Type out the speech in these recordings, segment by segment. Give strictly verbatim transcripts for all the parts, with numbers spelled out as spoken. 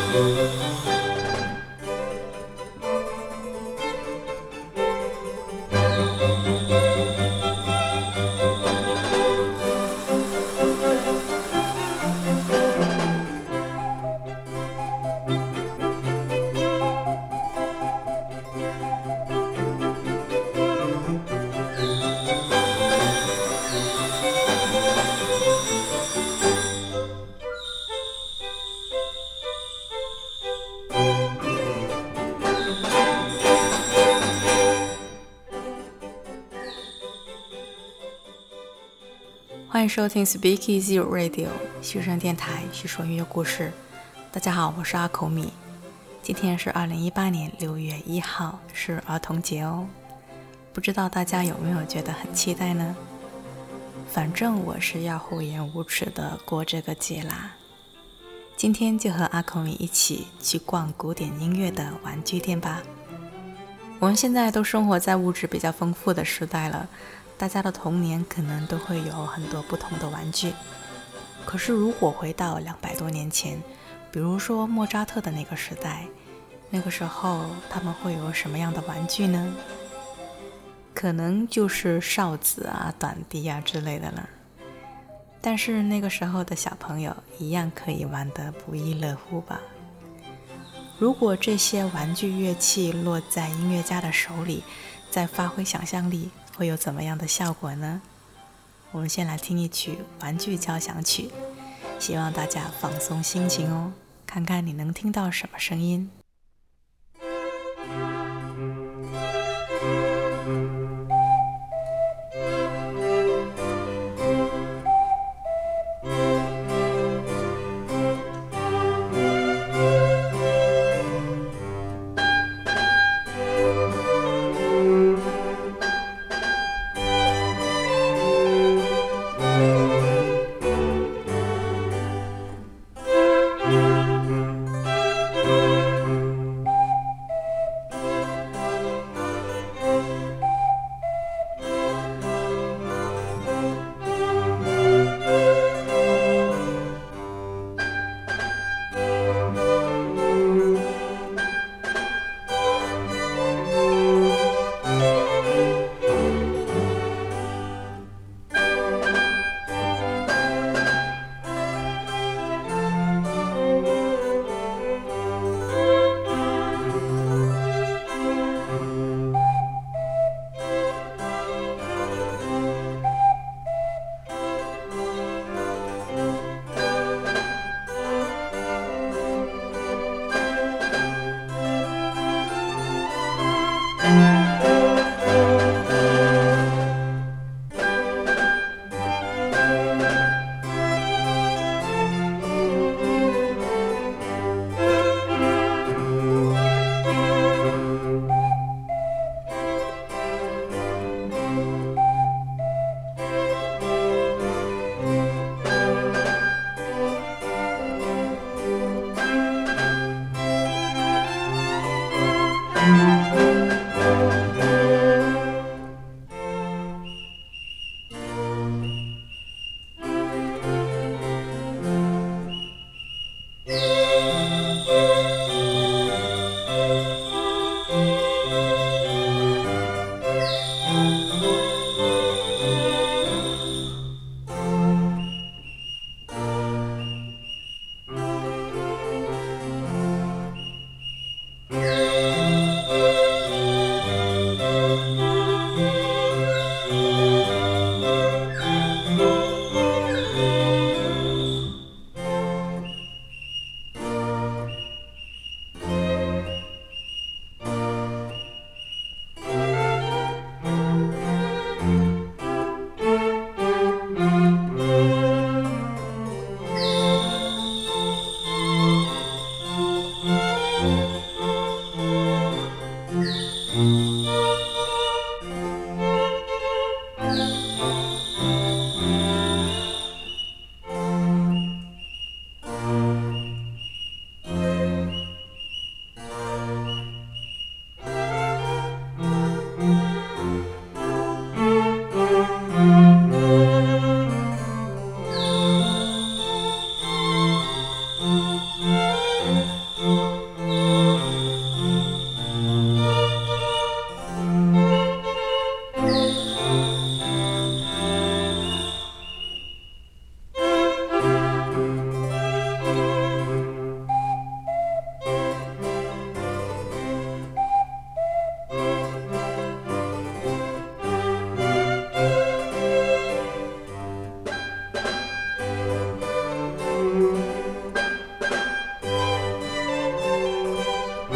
欢迎收听 Speak Easy Radio 学生电台，叙说音乐故事。大家好，我是阿口米。今天是二零一八年六月一号，是儿童节哦。不知道大家有没有觉得很期待呢？反正我是要厚颜无耻的过这个节啦。今天就和阿口米一起去逛古典音乐的玩具店吧。我们现在都生活在物质比较丰富的时代了，大家的童年可能都会有很多不同的玩具。可是如果回到两百多年前，比如说莫扎特的那个时代，那个时候他们会有什么样的玩具呢？可能就是哨子啊、短笛啊之类的了。但是那个时候的小朋友一样可以玩得不亦乐乎吧。如果这些玩具乐器落在音乐家的手里，再发挥想象力，会有怎么样的效果呢？我们先来听一曲玩具交响曲，希望大家放松心情哦，看看你能听到什么声音。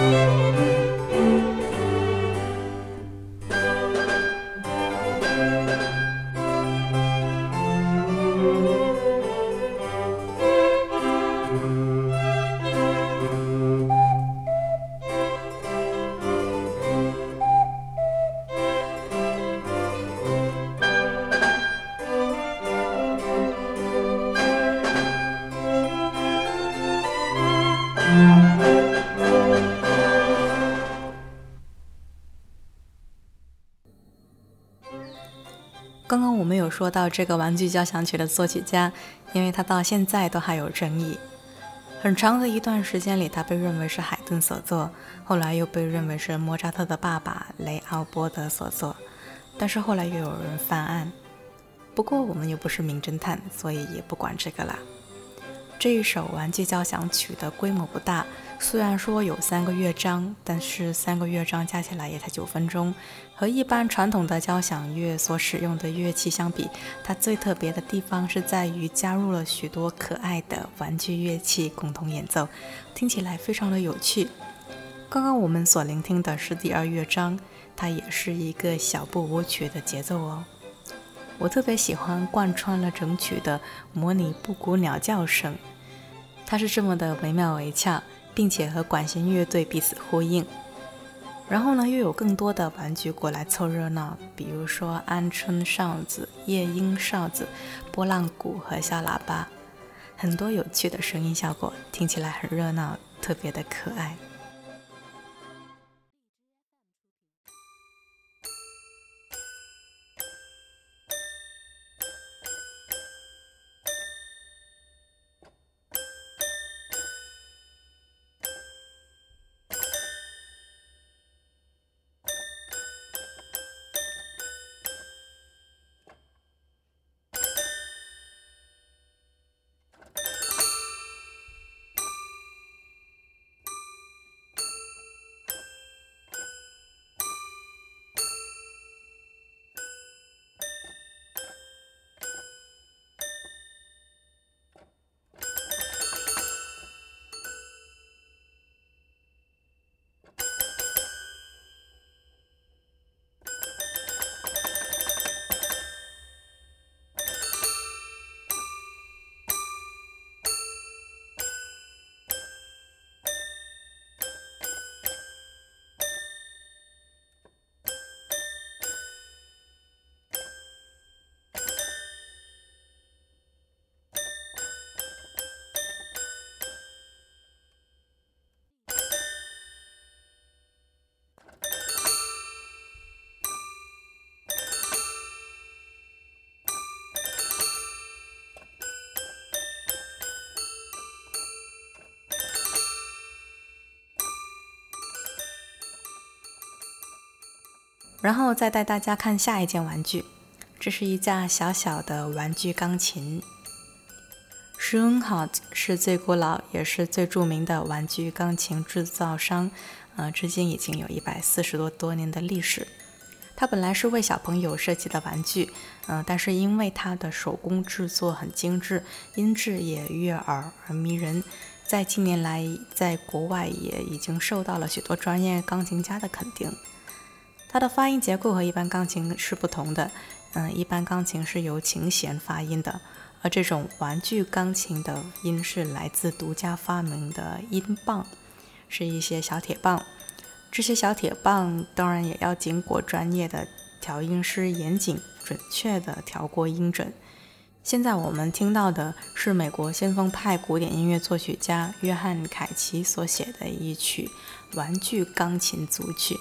刚刚我们有说到这个玩具交响曲的作曲家，因为他到现在都还有争议。很长的一段时间里，他被认为是海顿所作，后来又被认为是莫扎特的爸爸雷奥波德所作，但是后来又有人翻案。不过我们又不是名侦探，所以也不管这个啦。这一首玩具交响曲的规模不大，虽然说有三个乐章，但是三个乐章加起来也才九分钟。和一般传统的交响乐所使用的乐器相比，它最特别的地方是在于加入了许多可爱的玩具乐器共同演奏，听起来非常的有趣。刚刚我们所聆听的是第二乐章，它也是一个小步舞曲的节奏哦。我特别喜欢贯穿了整曲的模拟布谷鸟叫声，它是这么的惟妙惟肖，并且和管弦乐队彼此呼应。然后呢，又有更多的玩具过来凑热闹，比如说鹌鹑哨子、夜莺哨子、拨浪鼓和小喇叭，很多有趣的声音效果，听起来很热闹，特别的可爱。然后再带大家看下一件玩具，这是一架小小的玩具钢琴。Schoenhardt 是最古老也是最著名的玩具钢琴制造商，呃，至今已经有一百四十多多年的历史。它本来是为小朋友设计的玩具，呃，但是因为它的手工制作很精致，音质也悦耳而迷人，在近年来在国外也已经受到了许多专业钢琴家的肯定。它的发音结构和一般钢琴是不同的，嗯，一般钢琴是由琴弦发音的，而这种玩具钢琴的音是来自独家发明的音棒，是一些小铁棒。这些小铁棒当然也要经过专业的调音师严谨准确地调过音准。现在我们听到的是美国先锋派古典音乐作曲家约翰·凯奇所写的一曲玩具钢琴组曲。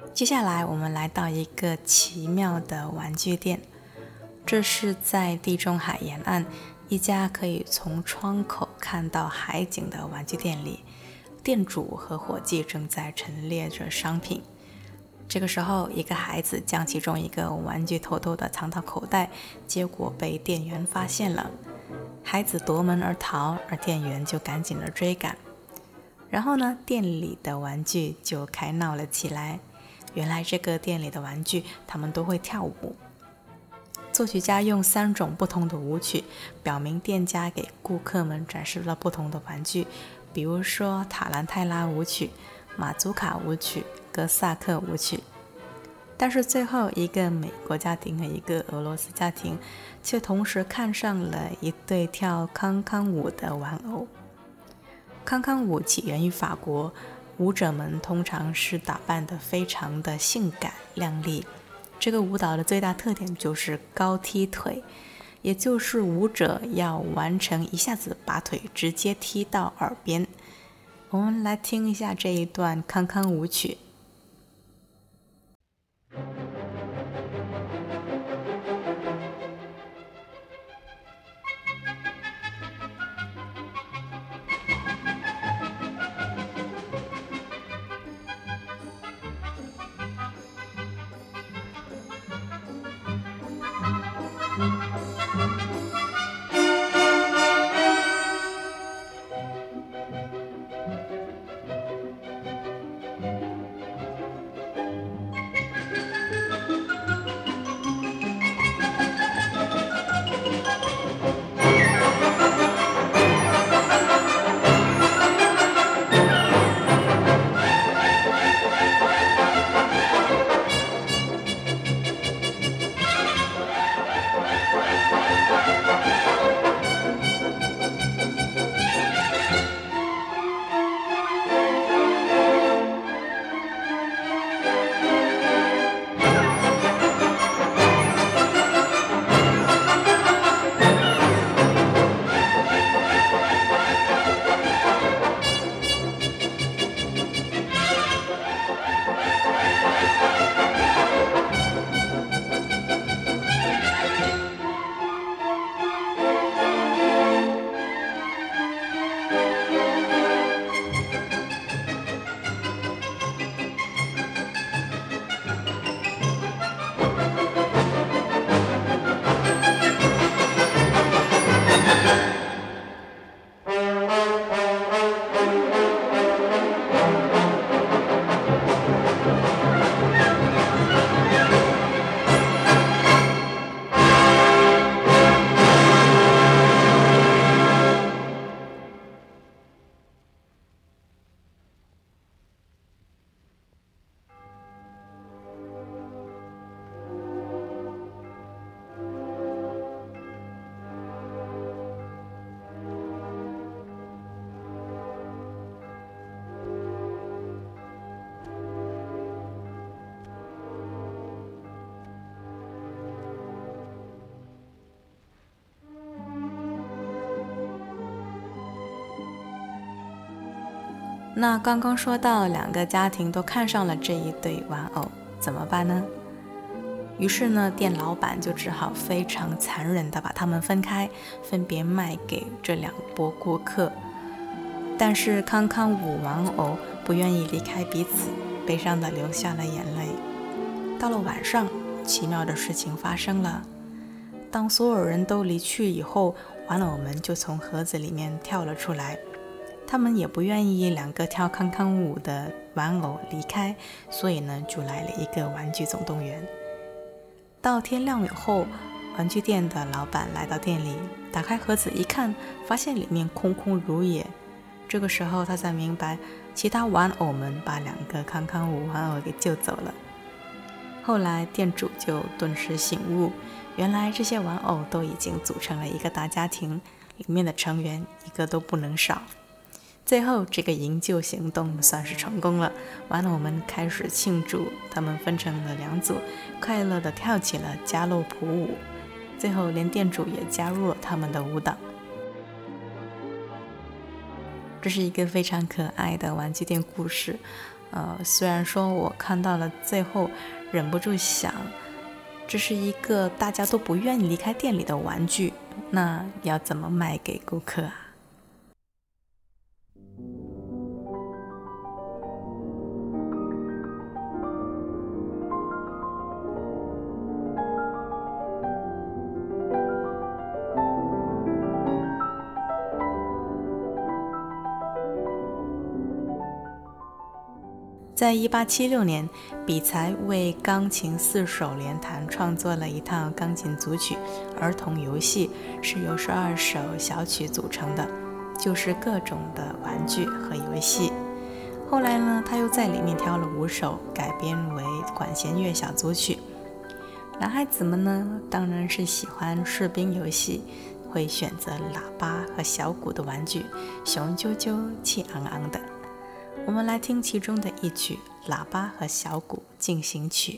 接下来我们来到一个奇妙的玩具店，这是在地中海沿岸一家可以从窗口看到海景的玩具店里，店主和伙计正在陈列着商品。这个时候，一个孩子将其中一个玩具偷偷地藏到口袋，结果被店员发现了。孩子夺门而逃，而店员就赶紧地追赶。然后呢，店里的玩具就开闹了起来。原来这个店里的玩具，他们都会跳舞。作曲家用三种不同的舞曲，表明店家给顾客们展示了不同的玩具，比如说塔兰泰拉舞曲、马祖卡舞曲、哥萨克舞曲。但是最后，一个美国家庭和一个俄罗斯家庭却同时看上了一对跳康康舞的玩偶。康康舞起源于法国，舞者们通常是打扮得非常的性感靓丽。这个舞蹈的最大特点就是高踢腿，也就是舞者要完成一下子把腿直接踢到耳边。我们来听一下这一段康康舞曲。那刚刚说到两个家庭都看上了这一对玩偶，怎么办呢？于是呢，店老板就只好非常残忍地把他们分开，分别卖给这两波顾客。但是康康舞玩偶不愿意离开彼此，悲伤地流下了眼泪。到了晚上，奇妙的事情发生了。当所有人都离去以后，玩偶们就从盒子里面跳了出来。他们也不愿意两个跳康康舞的玩偶离开，所以呢，就来了一个玩具总动员。到天亮以后，玩具店的老板来到店里，打开盒子一看，发现里面空空如也。这个时候他才明白，其他玩偶们把两个康康舞玩偶给救走了。后来店主就顿时醒悟，原来这些玩偶都已经组成了一个大家庭，里面的成员一个都不能少。最后这个营救行动算是成功了，玩偶们开始庆祝，他们分成了两组，快乐地跳起了加洛普舞，最后连店主也加入了他们的舞蹈。这是一个非常可爱的玩具店故事， 呃，虽然说我看到了最后忍不住想，这是一个大家都不愿意离开店里的玩具，那要怎么卖给顾客啊？在一八七六年，比才为钢琴四手联弹创作了一套钢琴组曲儿童游戏，是由十二首小曲组成的，就是各种的玩具和游戏。后来呢，他又在里面挑了五首改编为管弦乐小组曲。男孩子们呢，当然是喜欢士兵游戏，会选择喇叭和小鼓的玩具，雄赳赳气昂昂的。我们来听其中的一曲《喇叭和小鼓进行曲》。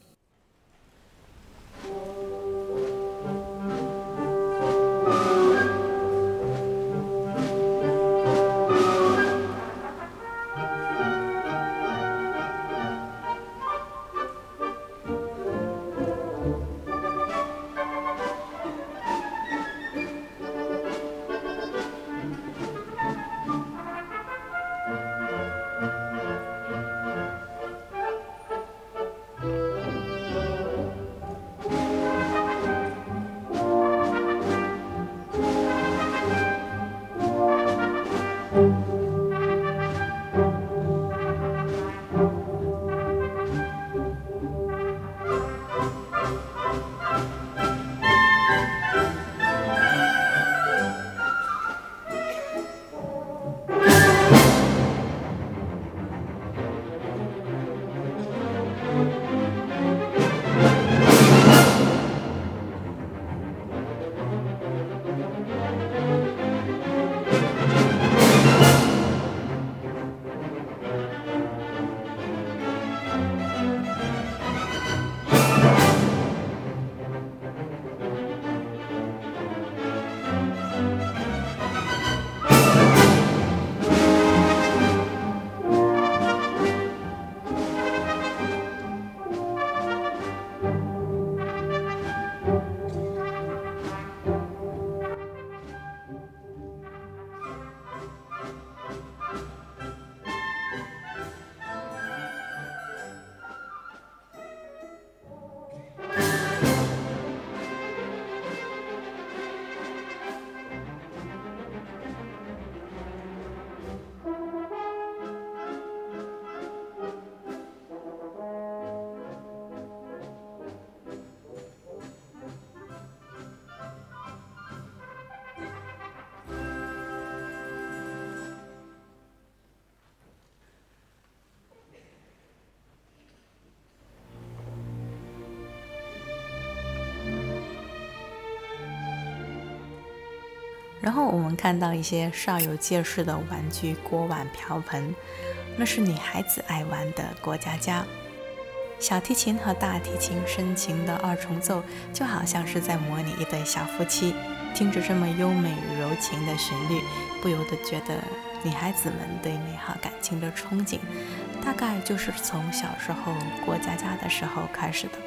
然后我们看到一些煞有介事的玩具锅碗瓢盆，那是女孩子爱玩的过家家。小提琴和大提琴深情的二重奏，就好像是在模拟一对小夫妻。听着这么优美柔情的旋律，不由得觉得女孩子们对美好感情的憧憬，大概就是从小时候过家家的时候开始的吧。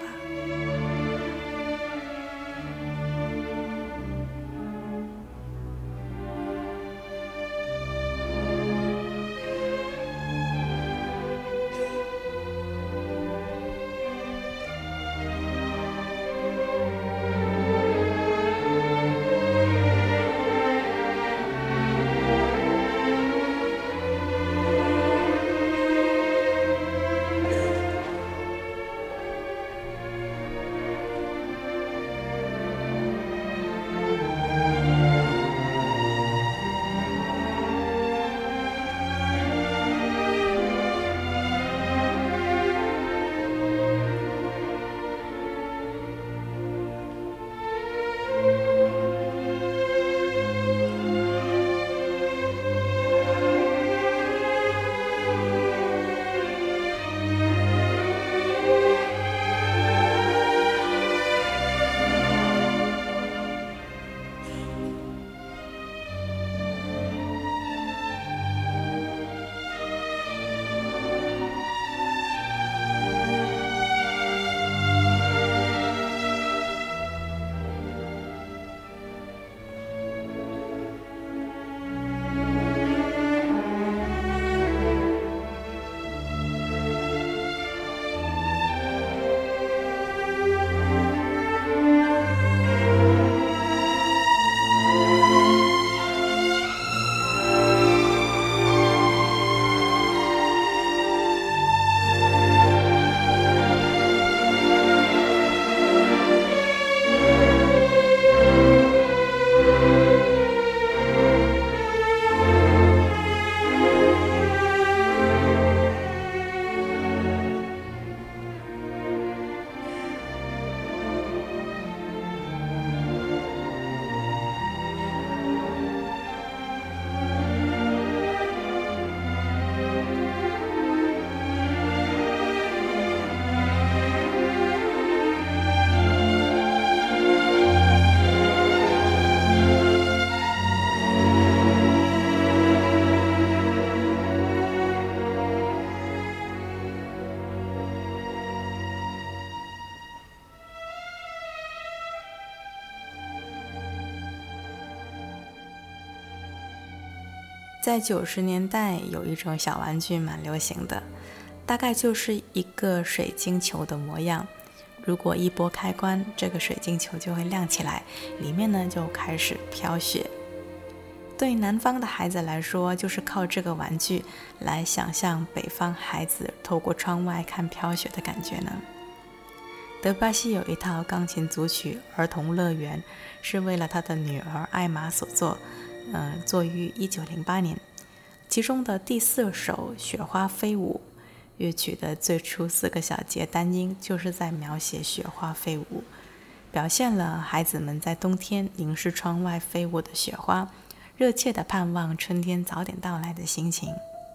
在九十年代有一种小玩具蛮流行的，大概就是一个水晶球的模样，如果一拨开关，这个水晶球就会亮起来，里面呢就开始飘雪。对南方的孩子来说，就是靠这个玩具来想象北方孩子透过窗外看飘雪的感觉呢。德巴西有一套钢琴组曲《儿童乐园》，是为了他的女儿艾玛所作，呃，作于一九零八年。其中的第四首《雪花飞舞》，乐曲的最初四个小节单音就是在描写雪花飞舞，表现了孩子们在冬天凝视窗外飞舞的雪花，热切地盼望春天早点到来的心情。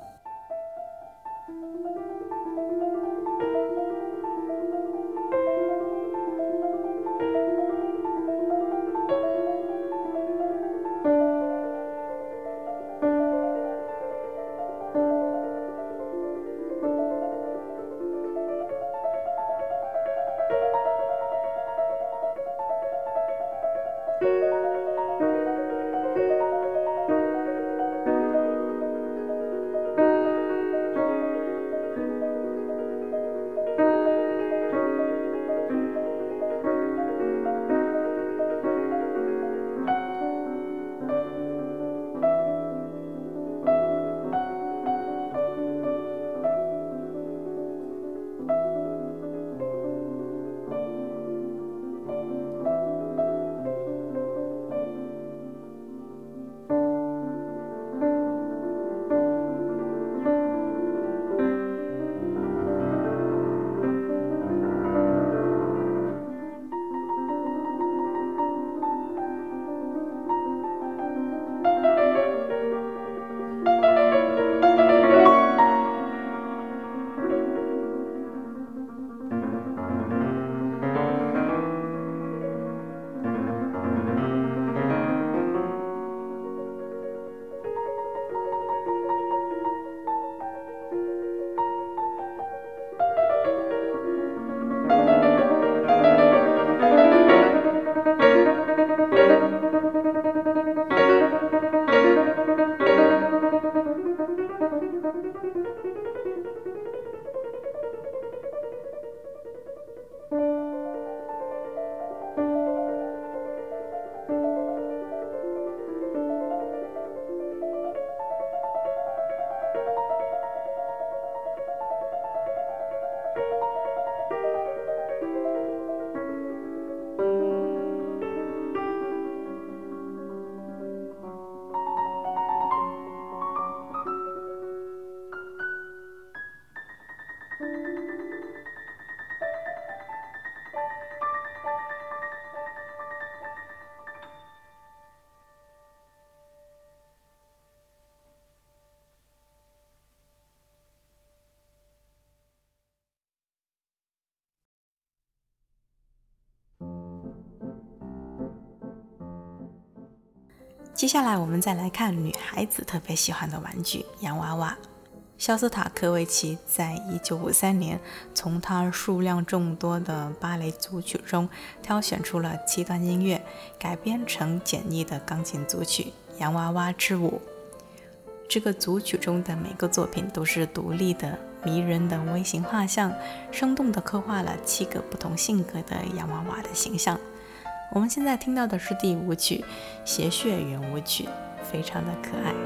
接下来我们再来看女孩子特别喜欢的玩具洋娃娃。肖斯塔科维奇在一九五三年从他数量众多的芭蕾组曲中挑选出了七段音乐，改编成简易的钢琴组曲《洋娃娃之舞》。这个组曲中的每个作品都是独立的、迷人的微型画像，生动地刻画了七个不同性格的洋娃娃的形象。我们现在听到的是第五曲《谐谑圆舞曲》，非常的可爱。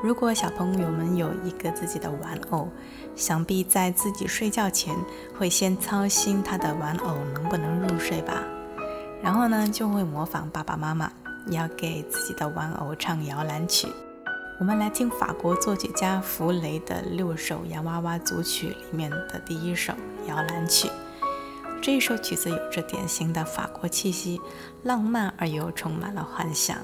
如果小朋友们有一个自己的玩偶，想必在自己睡觉前会先操心他的玩偶能不能入睡吧，然后呢就会模仿爸爸妈妈要给自己的玩偶唱摇篮曲。我们来听法国作曲家弗雷的六首洋娃娃组曲里面的第一首摇篮曲。这一首曲子有着典型的法国气息，浪漫而又充满了幻想。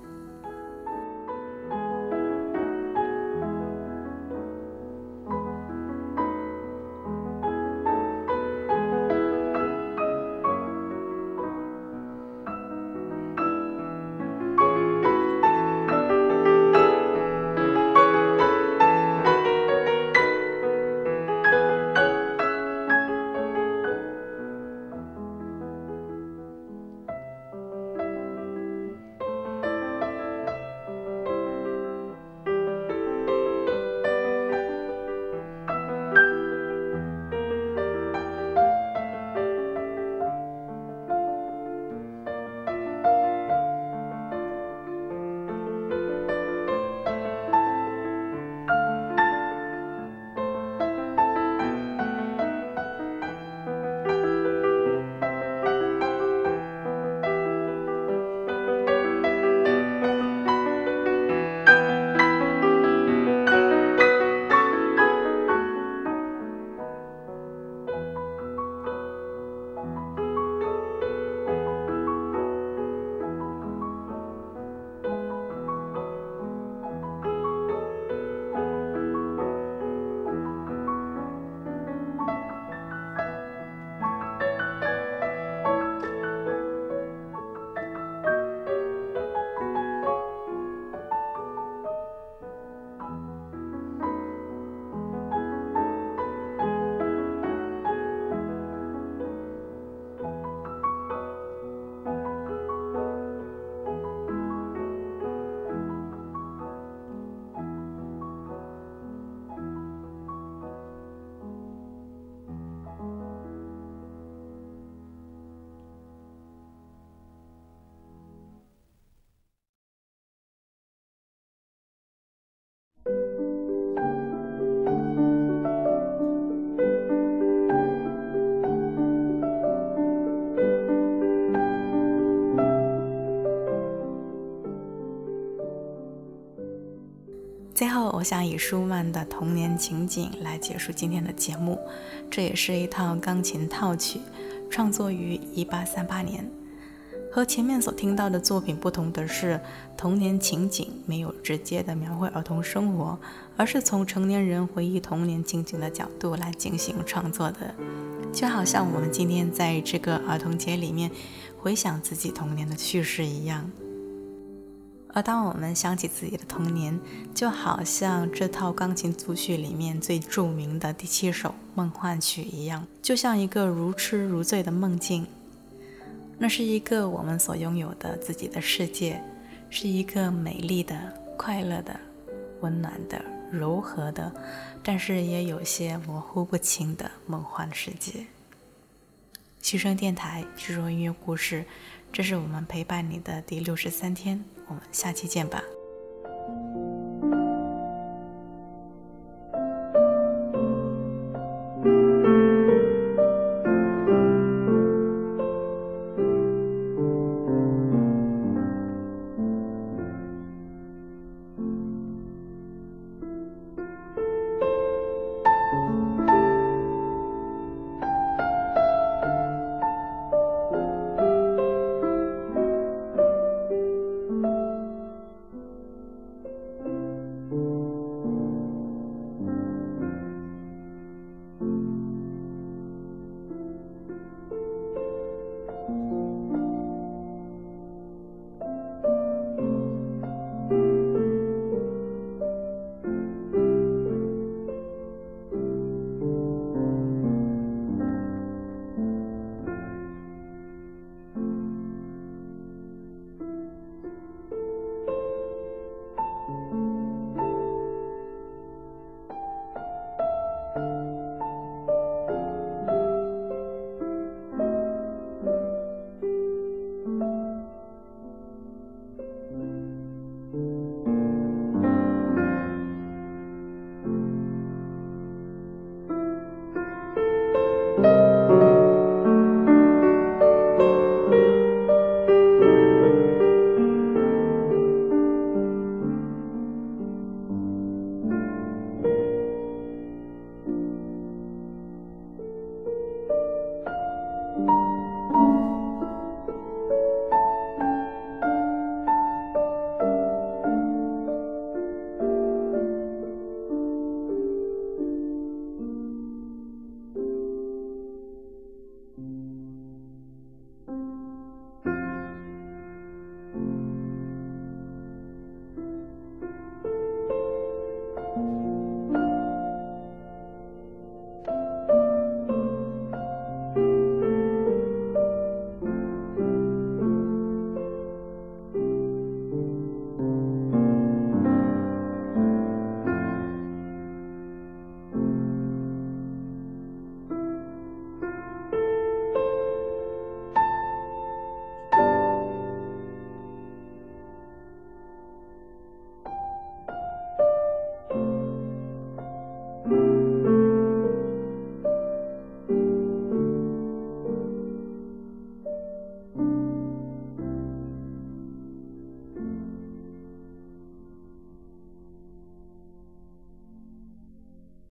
最后，我想以舒曼的童年情景来结束今天的节目。这也是一套钢琴套曲，创作于一八三八年。和前面所听到的作品不同的是，童年情景没有直接的描绘儿童生活，而是从成年人回忆童年情景的角度来进行创作的。就好像我们今天在这个儿童节里面回想自己童年的趣事一样。而当我们想起自己的童年，就好像这套钢琴组曲里面最著名的第七首梦幻曲一样，就像一个如痴如醉的梦境。那是一个我们所拥有的自己的世界，是一个美丽的、快乐的、温暖的、柔和的，但是也有些模糊不清的梦幻世界。嘘声电台，叙说音乐故事，这是我们陪伴你的第六十三天，我们下期见吧。